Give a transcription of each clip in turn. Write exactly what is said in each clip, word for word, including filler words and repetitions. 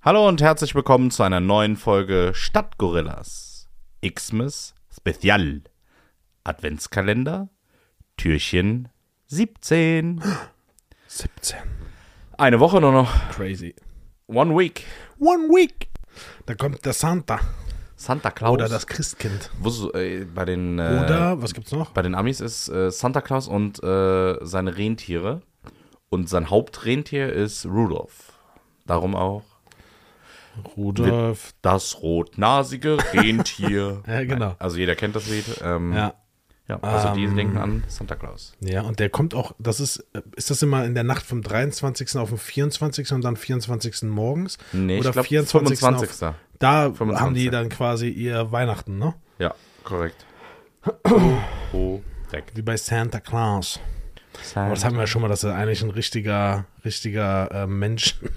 Hallo und herzlich willkommen zu einer neuen Folge Stadtgorillas. Xmas Spezial. Adventskalender, Türchen siebzehn. siebzehn. Eine Woche nur noch. Crazy. One week. One week. Da kommt der Santa. Santa Claus. Oder das Christkind. Wo, äh, bei den, äh, Oder, was gibt's noch? Bei den Amis ist äh, Santa Claus und äh, seine Rentiere. Und sein Hauptrentier ist Rudolph. Darum auch Rudolph. das rotnasige Rentier. Ja, genau. Also jeder kennt das Lied. Ähm, Ja. ja, also die Ähm, denken an Santa Claus. Ja, und der kommt auch, das ist, ist das immer in der Nacht vom dreiundzwanzigsten auf den vierundzwanzigsten und dann vierundzwanzigsten morgens? Nee, Oder ich glaube vierundzwanzigsten fünfundzwanzigsten Auf, da fünfundzwanzigsten haben die dann quasi ihr Weihnachten, ne? Ja, korrekt. Korrekt. Wie bei Santa Claus. Aber das hatten wir ja schon mal, dass er eigentlich ein richtiger, richtiger äh, Menschen,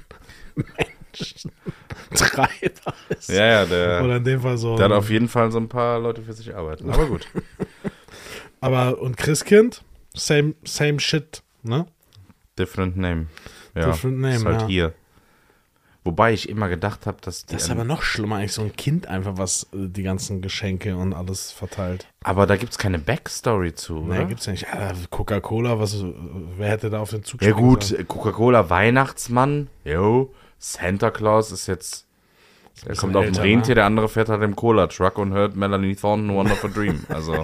Menschentreiber ist. Ja, ja, der, Oder in dem Fall so. der hat auf jeden Fall so ein paar Leute für sich arbeiten. Aber gut. Aber, und Christkind, same, same shit, ne? Different name. Ja, Different name, ist halt ja. hier. Wobei ich immer gedacht habe, dass die. Das ist an- aber noch schlimmer, eigentlich so ein Kind einfach, was äh, die ganzen Geschenke und alles verteilt. aber da gibt es keine Backstory zu, oder? Nee, gibt's ja nicht. Ja, Coca-Cola, was, äh, wer hätte da auf den Zug Ja springen gut, sollen? Coca-Cola, Weihnachtsmann, jo, Santa Claus ist jetzt, der bisschen kommt auf dem älter, Rentier, ne? der andere fährt halt im Cola-Truck und hört Melanie Thornton, One of a Dream, also,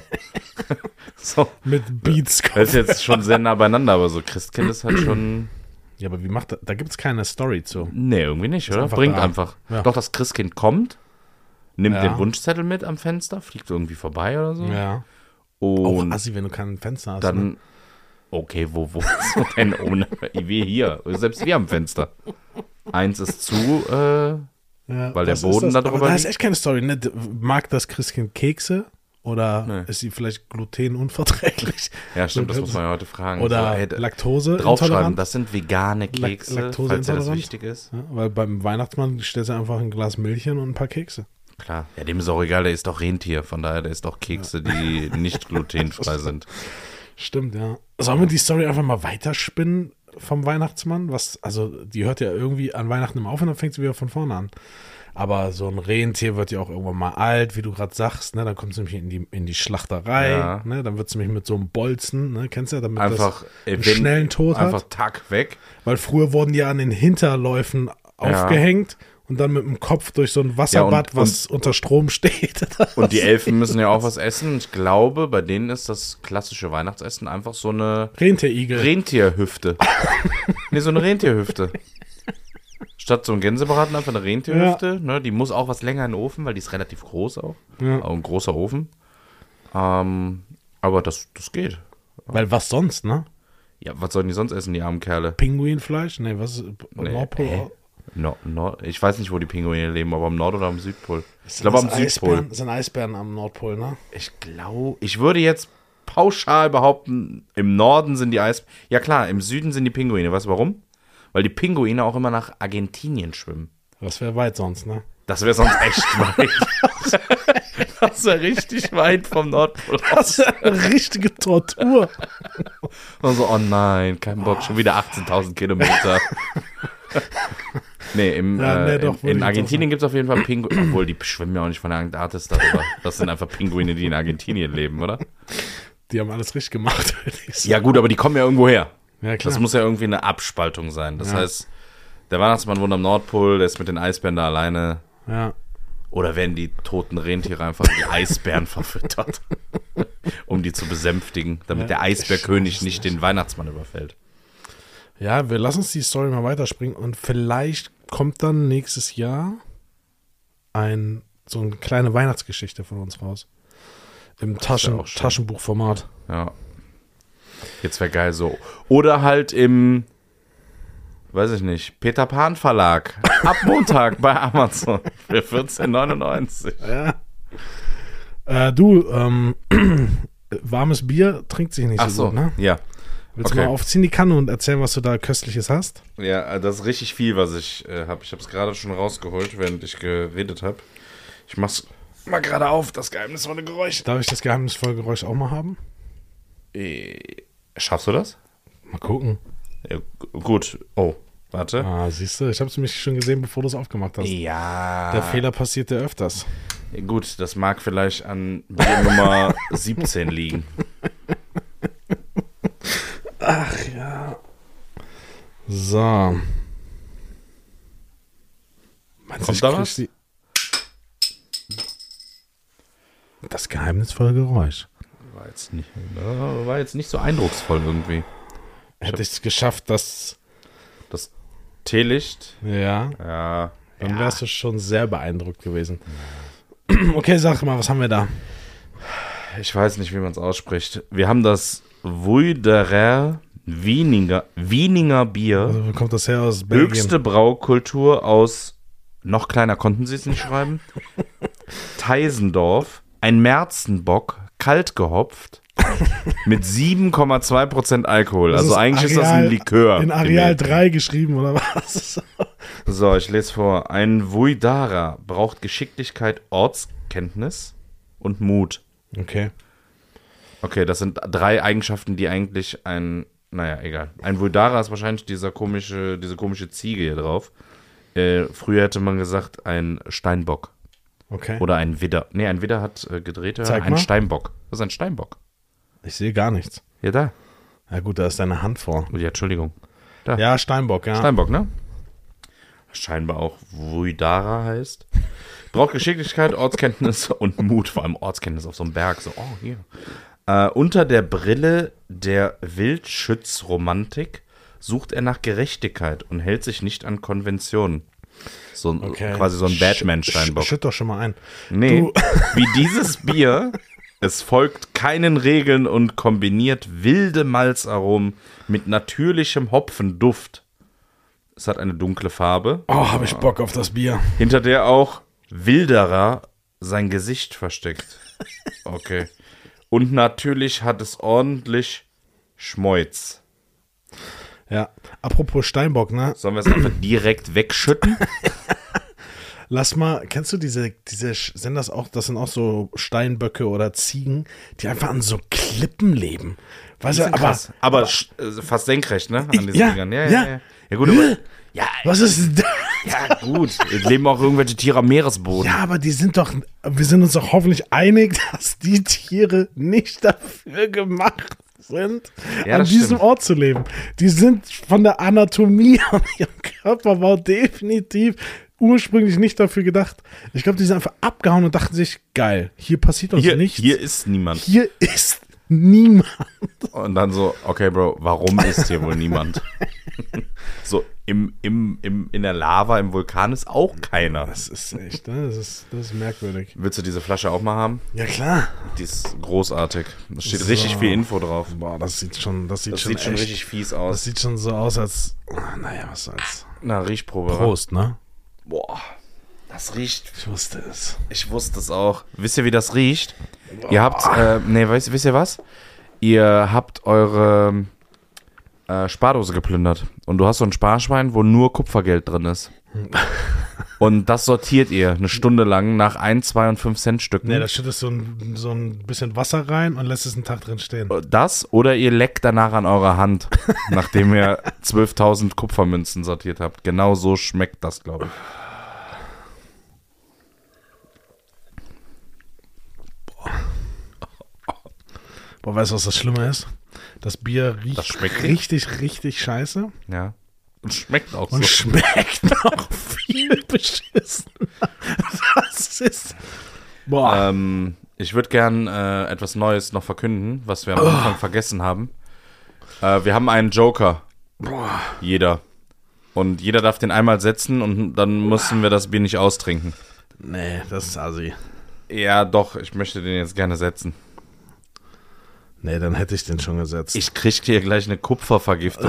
so, Mit Beats. das ist jetzt schon sehr nah beieinander, aber so Christkind ist halt schon, Ja, aber wie macht das? Da gibt's keine Story zu. nee, irgendwie nicht, oder? einfach Bringt da. einfach. Ja. Doch, das Christkind kommt, nimmt Ja. den Wunschzettel mit am Fenster, fliegt irgendwie vorbei oder so, Ja. Auch und assi, wenn du kein Fenster hast. dann, ne? okay, wo, wo ist man denn ohne, wir hier, selbst wir am Fenster. Eins ist zu, äh, Ja, weil der das Boden ist da das. drüber Aber da ist liegt. echt keine Story. Ne? Mag das Christkind Kekse? Oder Nee. ist sie vielleicht glutenunverträglich? Ja, stimmt, das muss man ja heute fragen. Oder so, ey, d- Laktose draufschreiben, intolerant? das sind vegane Kekse, falls dir das Laktoseintolerant? wichtig ist. Ja, weil beim Weihnachtsmann stellst du einfach ein Glas Milch hin und ein paar Kekse. Klar. Ja, dem ist auch egal, der ist doch Rentier, von daher, der ist doch Kekse, die nicht glutenfrei sind. Stimmt, ja. Sollen wir die Story einfach mal weiterspinnen vom Weihnachtsmann? Was, also, die hört ja irgendwie an Weihnachten immer auf und dann fängt sie wieder von vorne an. Aber so ein Rentier wird ja auch irgendwann mal alt, wie du gerade sagst, ne? Dann kommt sie nämlich in die, in die Schlachterei, Ja. ne? Dann wird sie nämlich mit so einem Bolzen, ne? Kennst du ja, damit Einfach, das äh, einen wenn- schnellen Tod Einfach hat. Tack weg. Weil früher wurden die an den Hinterläufen aufgehängt und dann mit dem Kopf durch so ein Wasserbad, Ja, und- was unter Strom steht. Und die Elfen müssen ja auch was essen. Ich glaube, bei denen ist das klassische Weihnachtsessen einfach so eine Rentierigel. Rentierhüfte. Nee, so eine Rentierhüfte. Statt so ein Gänsebraten einfach eine Rentierhüfte. Ne, die muss auch was länger in den Ofen, weil die ist relativ groß auch. Ja. Auch ein großer Ofen. Ähm, aber das, das geht. Weil was sonst, ne? Ja, was sollen die sonst essen, die armen Kerle? Pinguinfleisch? Nee, was ist Nee, Nordpol? hä? No, no, ich weiß nicht, wo die Pinguine leben, aber am Nord- oder am Südpol. Ich Sind glaube am das Südpol. Eisbären, sind Eisbären am Nordpol, ne? Ich glaube, ich würde jetzt pauschal behaupten, im Norden sind die Eis... Ja klar, im Süden sind die Pinguine. Weißt du warum? Weil die Pinguine auch immer nach Argentinien schwimmen. Das wäre weit sonst, ne? Das wäre sonst echt weit. Das wäre richtig weit vom Nordpol. Das ist eine richtige Tortur. Also, oh nein, kein Bock, schon wieder achtzehntausend Kilometer. Nee, im, Ja, nee, äh, doch, in, würde in ich Argentinien gibt es auf jeden Fall Pinguine. Obwohl, die schwimmen ja auch nicht von der Antarktis darüber. Das sind einfach Pinguine, die in Argentinien leben, oder? Die haben alles richtig gemacht, würde ich sagen. Ja gut, aber die kommen ja irgendwo her. Ja, klar. Das muss ja irgendwie eine Abspaltung sein. Das Ja. heißt, der Weihnachtsmann wohnt am Nordpol, der ist mit den Eisbären da alleine. ja. Oder werden die toten Rentiere einfach in die Eisbären verfüttert, um die zu besänftigen, damit Ja, der Eisbärkönig ich weiß nicht nicht. den Weihnachtsmann überfällt. ja, wir lassen uns die Story mal weiterspringen und vielleicht kommt dann nächstes Jahr ein so eine kleine Weihnachtsgeschichte von uns raus. Im Taschen, auch schön. Taschenbuchformat. Ja. Jetzt wäre geil so. Oder halt im, weiß ich nicht, Peter Pan Verlag. Ab Montag bei Amazon für vierzehn neunundneunzig. Ja. Äh, du, ähm, warmes Bier trinkt sich nicht Ach so so, gut, ne? ja. Willst Okay. du mal aufziehen die Kanne und erzählen, was du da Köstliches hast? Ja, das ist richtig viel, was ich äh, habe. Ich habe es gerade schon rausgeholt, während ich geredet habe. Ich mach's mal gerade auf, das geheimnisvolle Geräusch. Darf ich das geheimnisvolle Geräusch auch mal haben? Äh, schaffst du das? Mal gucken. Ja, g- gut. Oh, Warte. Ah, siehst du, ich habe es nämlich schon gesehen, bevor du es aufgemacht hast. Ja. Der Fehler passiert ja öfters. Gut, das mag vielleicht an Bier Nummer siebzehn liegen. Ach ja. So. Meinst du, Kommt ich da krieg was? die- Das geheimnisvolle Geräusch. War jetzt nicht, war jetzt nicht so eindrucksvoll irgendwie. Hätte ich es geschafft, dass. Das Teelicht, Ja. ja. Dann wärst du schon sehr beeindruckt gewesen. Okay, sag mal, was haben wir da? Ich weiß nicht, wie man es ausspricht. Wir haben das Wuiderer Wieninger, Wieninger Bier. Also, wo kommt das her aus Belgien? Höchste Braukultur aus, noch kleiner konnten sie es nicht schreiben, Teisendorf, ein Märzenbock, kalt gehopft, mit sieben Komma zwei Prozent Alkohol. Das Also ist eigentlich ist das Areal- ein Likör. In Areal drei geschrieben, oder was? So, ich lese vor. Ein Wuidara braucht Geschicklichkeit, Ortskenntnis und Mut. Okay. Okay, das sind drei Eigenschaften, die eigentlich ein, naja, egal. Ein Wuidara ist wahrscheinlich dieser komische, diese komische Ziege hier drauf. Äh, früher hätte man gesagt, ein Steinbock. Okay. Oder ein Widder. Nee, ein Widder hat äh, gedrehte. Zeig ein mal. Steinbock. Was ist ein Steinbock? Ich sehe gar nichts. Ja, da. Ja gut, da ist deine Hand vor. Oh, ja, Entschuldigung. Da. Ja, Steinbock, ja. Steinbock, ne? Scheinbar auch Wuidara heißt. Braucht Geschicklichkeit, Ortskenntnis und Mut, vor allem Ortskenntnis auf so einem Berg. So, oh, hier. Äh, unter der Brille der Wildschützromantik sucht er nach Gerechtigkeit und hält sich nicht an Konventionen. So ein, Okay. quasi so ein Sch- Batman-Steinbock. sch- Schütt doch schon mal ein. Nee, Du- wie dieses Bier, es folgt keinen Regeln und kombiniert wilde Malzaromen mit natürlichem Hopfenduft. Es hat eine dunkle Farbe, Oh, habe ich Bock auf das Bier. hinter der auch Wilderer sein Gesicht versteckt. Okay. Und natürlich hat es ordentlich Schmeuz. Ja. Apropos Steinbock, ne? Sollen wir es einfach direkt wegschütten? Lass mal, kennst du diese, diese, sind das auch, das sind auch so Steinböcke oder Ziegen, die einfach an so Klippen leben. Weißt du, aber, Krass. aber sch- äh, fast senkrecht, ne? An diesen Ja, Dingern. Ja, ja. ja, ja. Ja, gut, aber, ja, was ist da? ja, gut. Es leben auch irgendwelche Tiere am Meeresboden. Ja, aber die sind doch, wir sind uns doch hoffentlich einig, dass die Tiere nicht dafür gemacht sind, Ja, an das diesem stimmt. Ort zu leben. Die sind von der Anatomie und ihrem Körperbau definitiv ursprünglich nicht dafür gedacht. Ich glaube, die sind einfach abgehauen und dachten sich, geil, hier passiert uns Hier, nichts. hier ist niemand. Hier ist niemand. Und dann so, okay, Bro, warum ist hier wohl niemand? So, im, im, im, in der Lava, im Vulkan ist auch keiner. Das ist echt, ne? Das ist, das ist merkwürdig. Willst du diese Flasche auch mal haben? Ja, klar. Die ist großartig. Da steht So. richtig viel Info drauf. Boah, das sieht schon, das sieht Das schon sieht schon echt, richtig fies das aus. sieht schon so aus, als, ah, naja, was soll's. Na, Riechprobe. wa? Prost, ne? Boah, das riecht. Ich wusste es. Ich wusste es auch. Wisst ihr, wie das riecht? Ihr habt, äh, nee, weißt, wisst ihr was? Ihr habt eure äh, Spardose geplündert. Und du hast so ein Sparschwein, wo nur Kupfergeld drin ist. Und das sortiert ihr eine Stunde lang nach ein, zwei und fünf Cent Stücken. Ne, da schüttest du ein, so ein bisschen Wasser rein und lässt es einen Tag drin stehen. Das oder ihr leckt danach an eurer Hand, nachdem ihr zwölftausend Kupfermünzen sortiert habt. Genau so schmeckt das, glaube ich. Boah, weißt du, was das Schlimme ist? Das Bier riecht Das schmeckt richtig, richtig scheiße Ja. Und schmeckt auch und so. schmeckt noch viel beschissen. Das ist... Boah. Ähm, ich würde gern äh, etwas Neues noch verkünden, was wir am Anfang vergessen haben. Äh, wir haben einen Joker. Boah. Jeder. Und jeder darf den einmal setzen und dann müssen wir das Bier nicht austrinken. Nee, das ist assi. Ja, doch, ich möchte den jetzt gerne setzen. Nee, dann hätte ich den schon gesetzt. Ich krieg hier gleich eine Kupfervergiftung.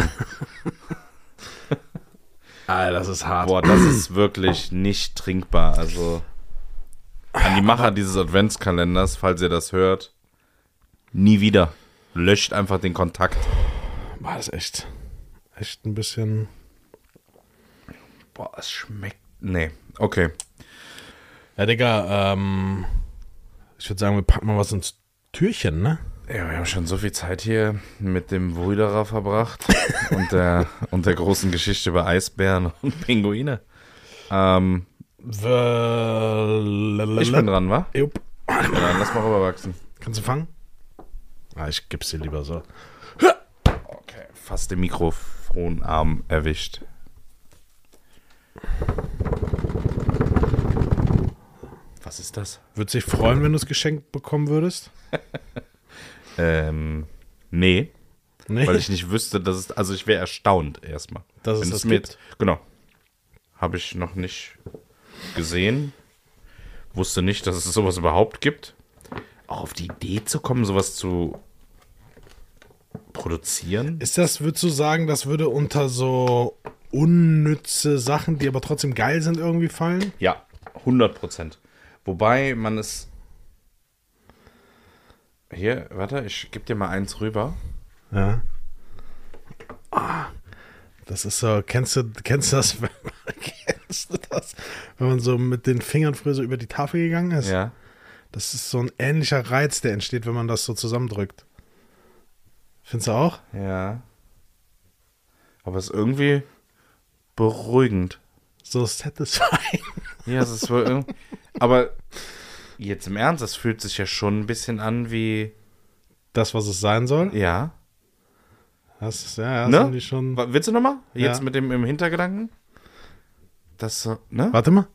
Alter, das ist hart. Boah, das ist wirklich nicht trinkbar. Also an die Macher dieses Adventskalenders, falls ihr das hört, nie wieder. Löscht einfach den Kontakt. Boah, das ist echt, echt ein bisschen... Boah, es schmeckt... Nee, okay. Ja, Digga, ähm, ich würde sagen, wir packen mal was ins Türchen, ne? Ja, wir haben schon so viel Zeit hier mit dem Wuiderer verbracht und der, und der großen Geschichte über Eisbären und Pinguine. Ähm, ich bin dran, wa? Jupp. Ja, dann lass mal rüberwachsen. Kannst du fangen? Ah, ich geb's dir lieber so. Okay, fast den Mikrofonarm erwischt. Was ist das? Würdest du dich freuen, wenn du es geschenkt bekommen würdest? Ähm, nee. Nee. Weil ich nicht wüsste, dass es, also ich wäre erstaunt erstmal. Dass es Wenn das mir gibt? jetzt- Genau. Habe ich noch nicht gesehen. Wusste nicht, dass es sowas überhaupt gibt. Auch auf die Idee zu kommen, sowas zu produzieren. Ist das, würdest du sagen, das würde unter so unnütze Sachen, die aber trotzdem geil sind, irgendwie fallen? Ja, hundert Prozent. Wobei man es... Hier, warte, ich gebe dir mal eins rüber. Ja. Ah, das ist so, kennst du, kennst du das, wenn man, kennst du das, wenn man so mit den Fingern früher so über die Tafel gegangen ist? Ja. Das ist so ein ähnlicher Reiz, der entsteht, wenn man das so zusammendrückt. Findest du auch? Ja. Aber es ist irgendwie beruhigend. So satisfying. Ja, es ist wohl irgendwie... Aber jetzt im Ernst, das fühlt sich ja schon ein bisschen an wie... Das, was es sein soll? Ja. Das ist, ja, ja, Ne? sind die schon. Wa- Willst du nochmal? Jetzt Ja. mit dem im Hintergedanken? Das so, ne? Warte mal.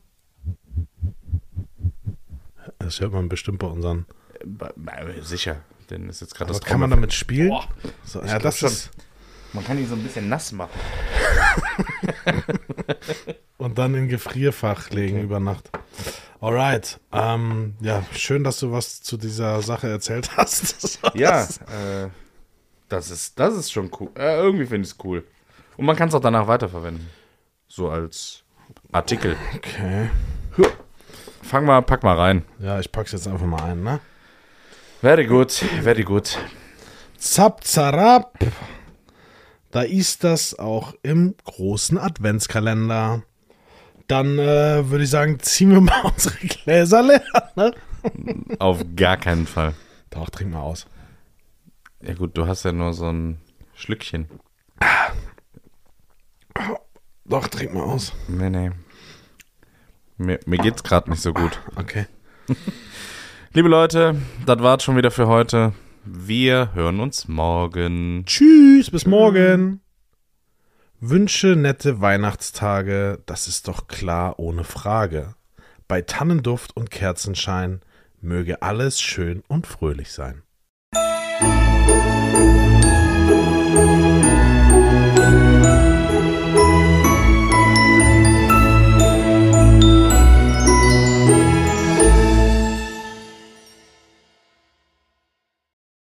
Das hört man bestimmt bei unseren. Ba- ba- Sicher, denn ist jetzt gerade Aber das kann man Trommelfell. damit spielen? Boah, So, ich ja, glaub das schon. ist. Man kann die so ein bisschen nass machen. Und dann in Gefrierfach legen Okay. über Nacht. Alright. Ähm, ja, schön, dass du was zu dieser Sache erzählt hast. Das war Ja, das. äh, das ist, das ist schon cool. Äh, irgendwie finde ich es cool. Und man kann es auch danach weiterverwenden. So als Artikel. Okay. Fang mal, pack mal rein. Ja, ich pack's jetzt einfach mal ein, ne? Very good, very good. Zap, zarab. Da ist das auch im großen Adventskalender. Dann äh, würde ich sagen, ziehen wir mal unsere Gläser leer, ne? Auf gar keinen Fall. Doch, trink mal aus. Ja gut, du hast ja nur so ein Schlückchen. Doch, trink mal aus. Nee, nee. Mir, mir geht's gerade nicht so gut. Okay. Liebe Leute, das war's schon wieder für heute. Wir hören uns morgen. Tschüss, bis morgen. Wünsche nette Weihnachtstage, das ist doch klar ohne Frage. Bei Tannenduft und Kerzenschein möge alles schön und fröhlich sein.